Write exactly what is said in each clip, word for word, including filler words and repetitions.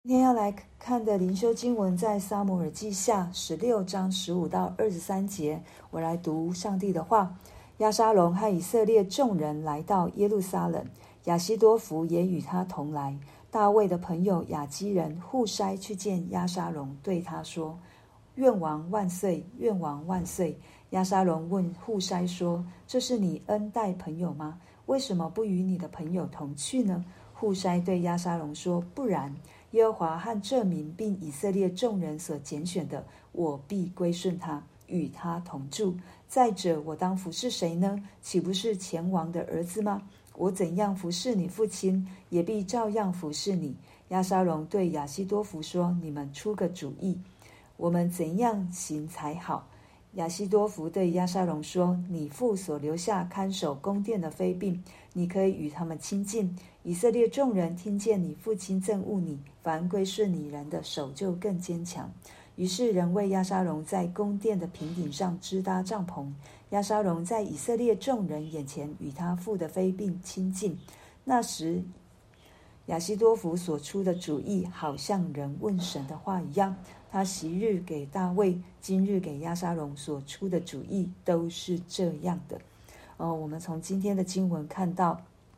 今天要来看的灵修经文在撒母耳记下十六章十五到二十三节，我来读上帝的话。押沙龙和以色列众人来到耶路撒冷，亚希多弗也与他同来。大卫的朋友亚基人户筛去见押沙龙，对他说：愿王万岁，愿王万岁。押沙龙问户筛说：这是你恩待朋友吗？为什么不与你的朋友同去呢？户筛对押沙龙说：不然，耶和华和这民并以色列众人所拣选的，我必归顺他，与他同住。再者，我当服侍谁呢？岂不是前王的儿子吗？我怎样服侍你父亲，也必照样服侍你。押沙龙对亚希多弗说：你们出个主意，我们怎样行才好？亚希多弗对押沙龙说：你父所留下看守宫殿的妃嫔，你可以与他们亲近。以色列众人听见你父亲憎恶你，凡归顺你人的手就更坚强。于是人为押沙龙在宫殿的平顶上支搭帐篷。押沙龙在以色列众人眼前与他父的妃嫔亲近。那时亚希多弗所出的主意，好像人问神的话一样。他昔日给大卫，今日给押沙龙所出的主意都是这样的。哦，我们从今天的经文看到，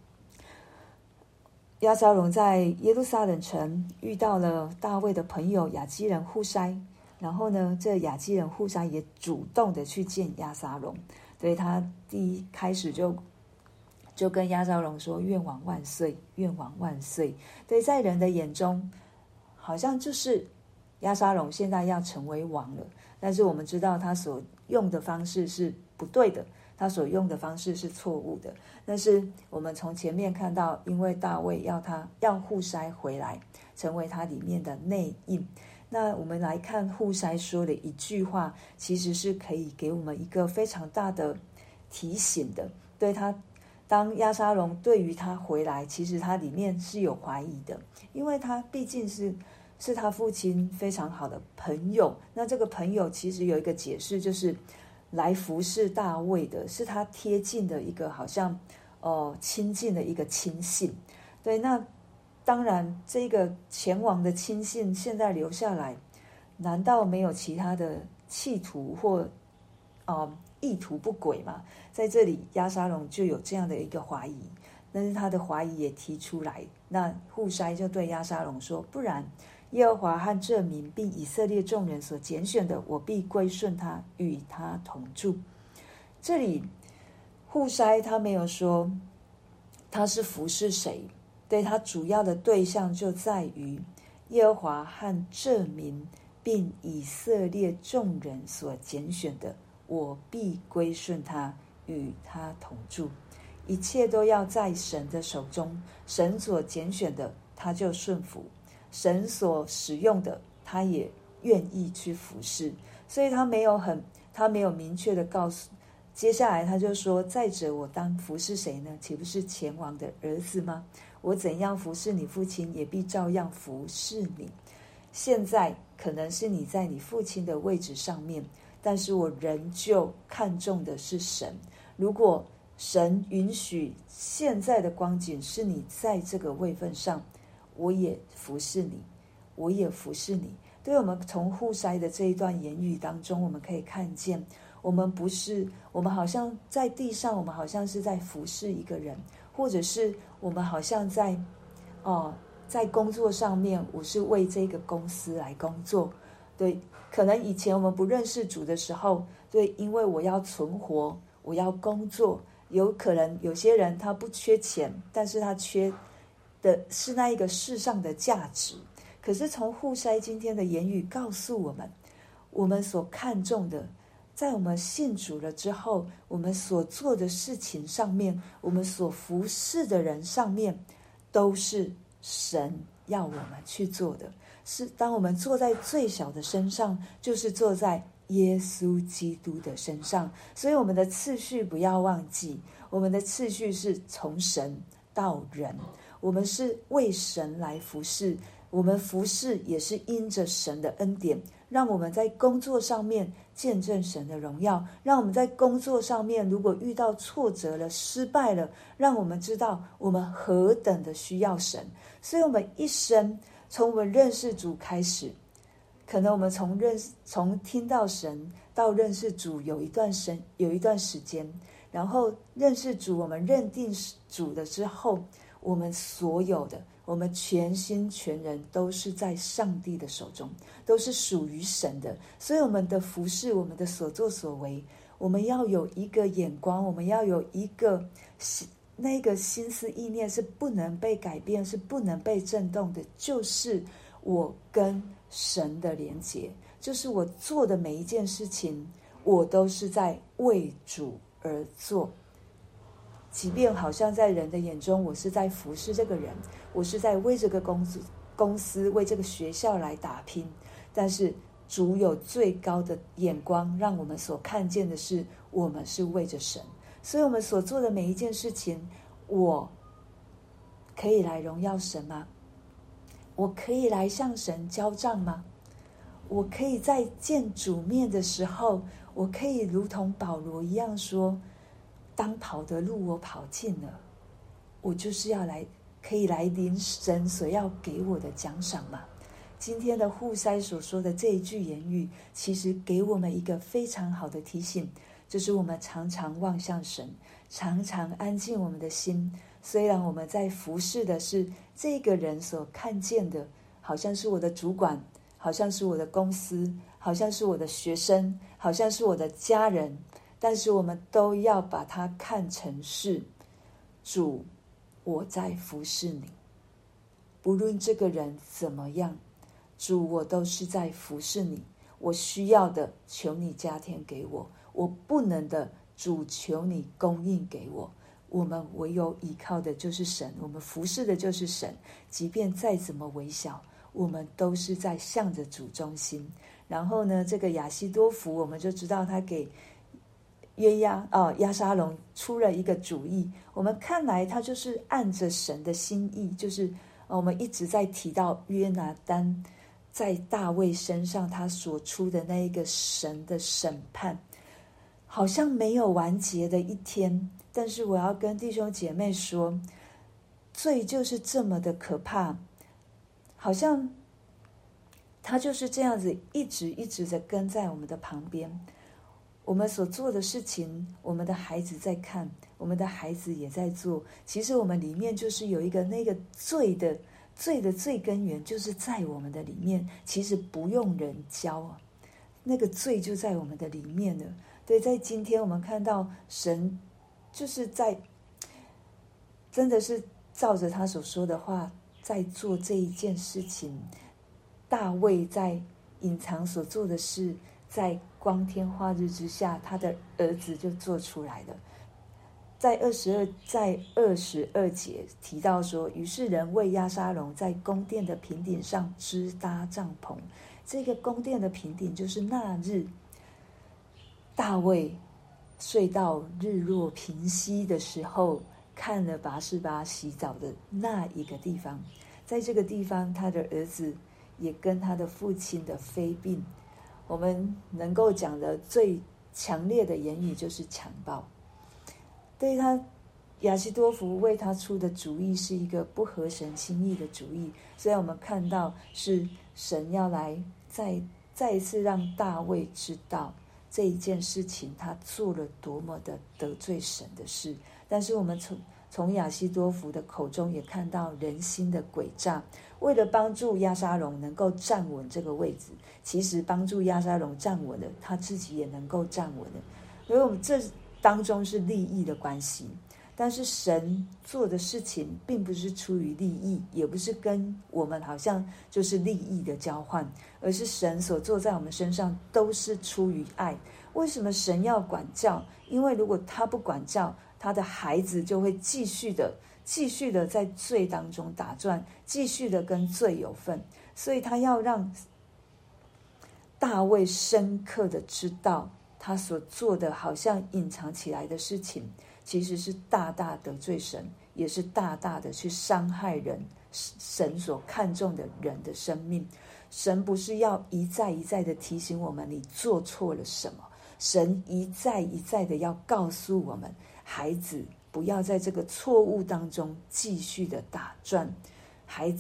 押沙龙在耶路撒冷城遇到了大卫的朋友亚基人户筛，然后呢，这亚基人户筛也主动的去见押沙龙，所以他第一开始就就跟押沙龙说：愿王万岁，愿王万岁。对，在人的眼中，好像就是押沙龙现在要成为王了，但是我们知道他所用的方式是不对的，他所用的方式是错误的。但是我们从前面看到，因为大卫要他要户筛回来，成为他里面的内应。那我们来看户筛说的一句话，其实是可以给我们一个非常大的提醒的。对他，当押沙龙对于他回来，其实他里面是有怀疑的，因为他毕竟是是他父亲非常好的朋友。那这个朋友其实有一个解释，就是来服侍大卫的，是他贴近的一个好像呃亲近的一个亲信。对，那当然这个前王的亲信现在留下来，难道没有其他的企图或呃意图不轨吗？在这里押沙龙就有这样的一个怀疑，但是他的怀疑也提出来。那户筛就对押沙龙说：不然，耶和华和这民并以色列众人所拣选的，我必归顺他，与他同住。这里户筛他没有说他是服侍谁，对，他主要的对象就在于耶和华和这民并以色列众人所拣选的，我必归顺他，与他同住。一切都要在神的手中，神所拣选的他就顺服，神所使用的他也愿意去服侍。所以他没有很他没有明确的告诉，接下来他就说：再者，我当服侍谁呢？岂不是前王的儿子吗？我怎样服侍你父亲，也必照样服侍你。现在可能是你在你父亲的位置上面，但是我仍旧看重的是神。如果神允许现在的光景是你在这个位分上，我也服侍你，我也服侍你。对，我们从户筛的这一段言语当中，我们可以看见，我们不是，我们好像在地上，我们好像是在服侍一个人，或者是我们好像在哦、呃，在工作上面，我是为这个公司来工作。对，可能以前我们不认识主的时候，对，因为我要存活，我要工作，有可能有些人他不缺钱，但是他缺的是那一个世上的价值。可是从户筛今天的言语告诉我们，我们所看重的，在我们信主了之后，我们所做的事情上面，我们所服侍的人上面，都是神要我们去做的。是当我们坐在最小的身上，就是坐在耶稣基督的身上。所以我们的次序不要忘记，我们的次序是从神到人，我们是为神来服侍，我们服侍也是因着神的恩典，让我们在工作上面见证神的荣耀，让我们在工作上面如果遇到挫折了，失败了，让我们知道我们何等的需要神。所以我们一生从我们认识主开始，可能我们从认从听到神到认识主有一段神有一段时间，然后认识主，我们认定主的之后，我们所有的，我们全心全人都是在上帝的手中，都是属于神的。所以我们的服事，我们的所作所为，我们要有一个眼光，我们要有一个那个心思意念是不能被改变，是不能被震动的，就是我跟神的连结，就是我做的每一件事情，我都是在为主而做。即便好像在人的眼中，我是在服侍这个人，我是在为这个公司公司为这个学校来打拼，但是主有最高的眼光，让我们所看见的是我们是为着神。所以我们所做的每一件事情，我可以来荣耀神吗？我可以来向神交账吗？我可以在见主面的时候，我可以如同保罗一样说，当跑的路我跑尽了，我就是要来可以来领神所要给我的奖赏吗？今天的户筛所说的这一句言语，其实给我们一个非常好的提醒，就是我们常常望向神，常常安静我们的心。虽然我们在服侍的是这个人所看见的，好像是我的主管，好像是我的公司，好像是我的学生，好像是我的家人，但是我们都要把它看成是主，我在服侍你。不论这个人怎么样，主，我都是在服侍你。我需要的，求你加添给我；我不能的，主，求你供应给我。我们唯有依靠的就是神，我们服侍的就是神。即便再怎么微小，我们都是在向着主中心。然后呢，这个亚希多弗，我们就知道他给约押哦押沙龙出了一个主意。我们看来他就是按着神的心意，就是我们一直在提到约拿单在大卫身上他所出的那一个神的审判，好像没有完结的一天。但是我要跟弟兄姐妹说，罪就是这么的可怕，好像他就是这样子一直一直的跟在我们的旁边。我们所做的事情，我们的孩子在看，我们的孩子也在做。其实我们里面就是有一个那个罪的罪的最根源，就是在我们的里面。其实不用人教啊，那个罪就在我们的里面了。对，在今天我们看到神就是在真的是照着他所说的话在做这一件事情。大卫在隐藏所做的事，在光天化日之下，他的儿子就做出来了。在二十二在二十二节提到说，于是人为押沙龙在宫殿的平顶上支搭帐篷。这个宫殿的平顶就是那日大卫睡到日落平息的时候，看了拔示巴洗澡的那一个地方。在这个地方，他的儿子也跟他的父亲的非并，我们能够讲的最强烈的言语就是强暴。对他亚希多弗为他出的主意是一个不合神心意的主意，所以我们看到是神要来再再一次让大卫知道这一件事情他做了多么的得罪神的事。但是我们从从亚希多弗的口中也看到人心的诡诈。为了帮助押沙龙能够站稳这个位置，其实帮助押沙龙站稳了，他自己也能够站稳了。所以我们这当中是利益的关系，但是神做的事情并不是出于利益，也不是跟我们好像就是利益的交换，而是神所做在我们身上都是出于爱。为什么神要管教？因为如果他不管教，他的孩子就会继续的继续的在罪当中打转，继续的跟罪有份。所以他要让大卫深刻的知道，他所做的好像隐藏起来的事情，其实是大大得罪神，也是大大的去伤害人，神所看重的人的生命。神不是要一再一再的提醒我们你做错了什么，神一再一再的要告诉我们，孩子不要在这个错误当中继续的打转，孩子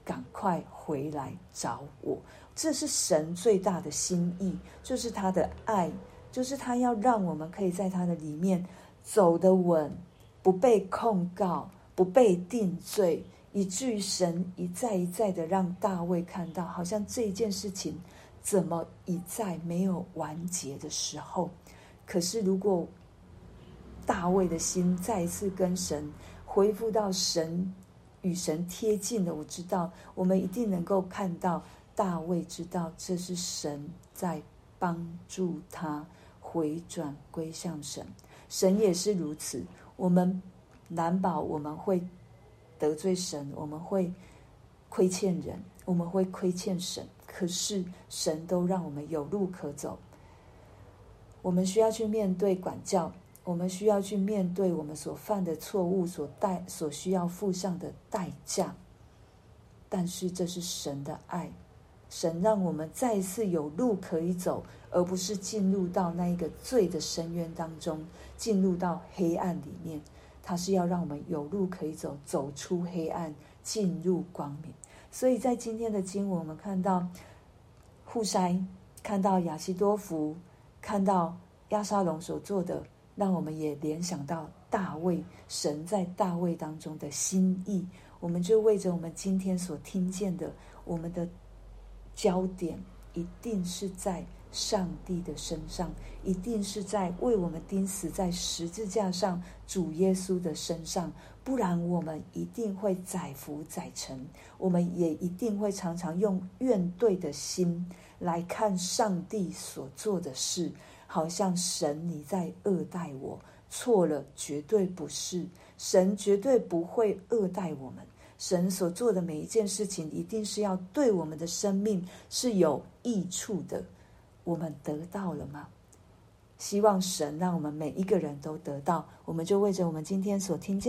赶快回来找我。这是神最大的心意，就是他的爱，就是他要让我们可以在他的里面走得稳，不被控告，不被定罪，以至于神一再一再的让大卫看到，好像这件事情怎么一再没有完结的时候。可是如果大卫的心再一次跟神恢复到神与神贴近了，我知道我们一定能够看到大卫知道这是神在帮助他回转归向神。神也是如此，我们难保我们会得罪神，我们会亏欠人，我们会亏欠神，可是神都让我们有路可走。我们需要去面对管教，我们需要去面对我们所犯的错误，所代所需要付上的代价。但是这是神的爱，神让我们再一次有路可以走，而不是进入到那一个罪的深渊当中，进入到黑暗里面。他是要让我们有路可以走，走出黑暗，进入光明。所以在今天的经文，我们看到户筛，看到亚希多弗，看到押沙龙所做的，让我们也联想到大卫，神在大卫当中的心意。我们就为着我们今天所听见的，我们的焦点一定是在上帝的身上，一定是在为我们钉死在十字架上主耶稣的身上，不然我们一定会载浮载沉，我们也一定会常常用怨怼的心来看上帝所做的事，好像神你在恶待我，错了，绝对不是，神绝对不会恶待我们，神所做的每一件事情一定是要对我们的生命是有益处的。我们得到了吗？希望神让我们每一个人都得到。我们就为着我们今天所听见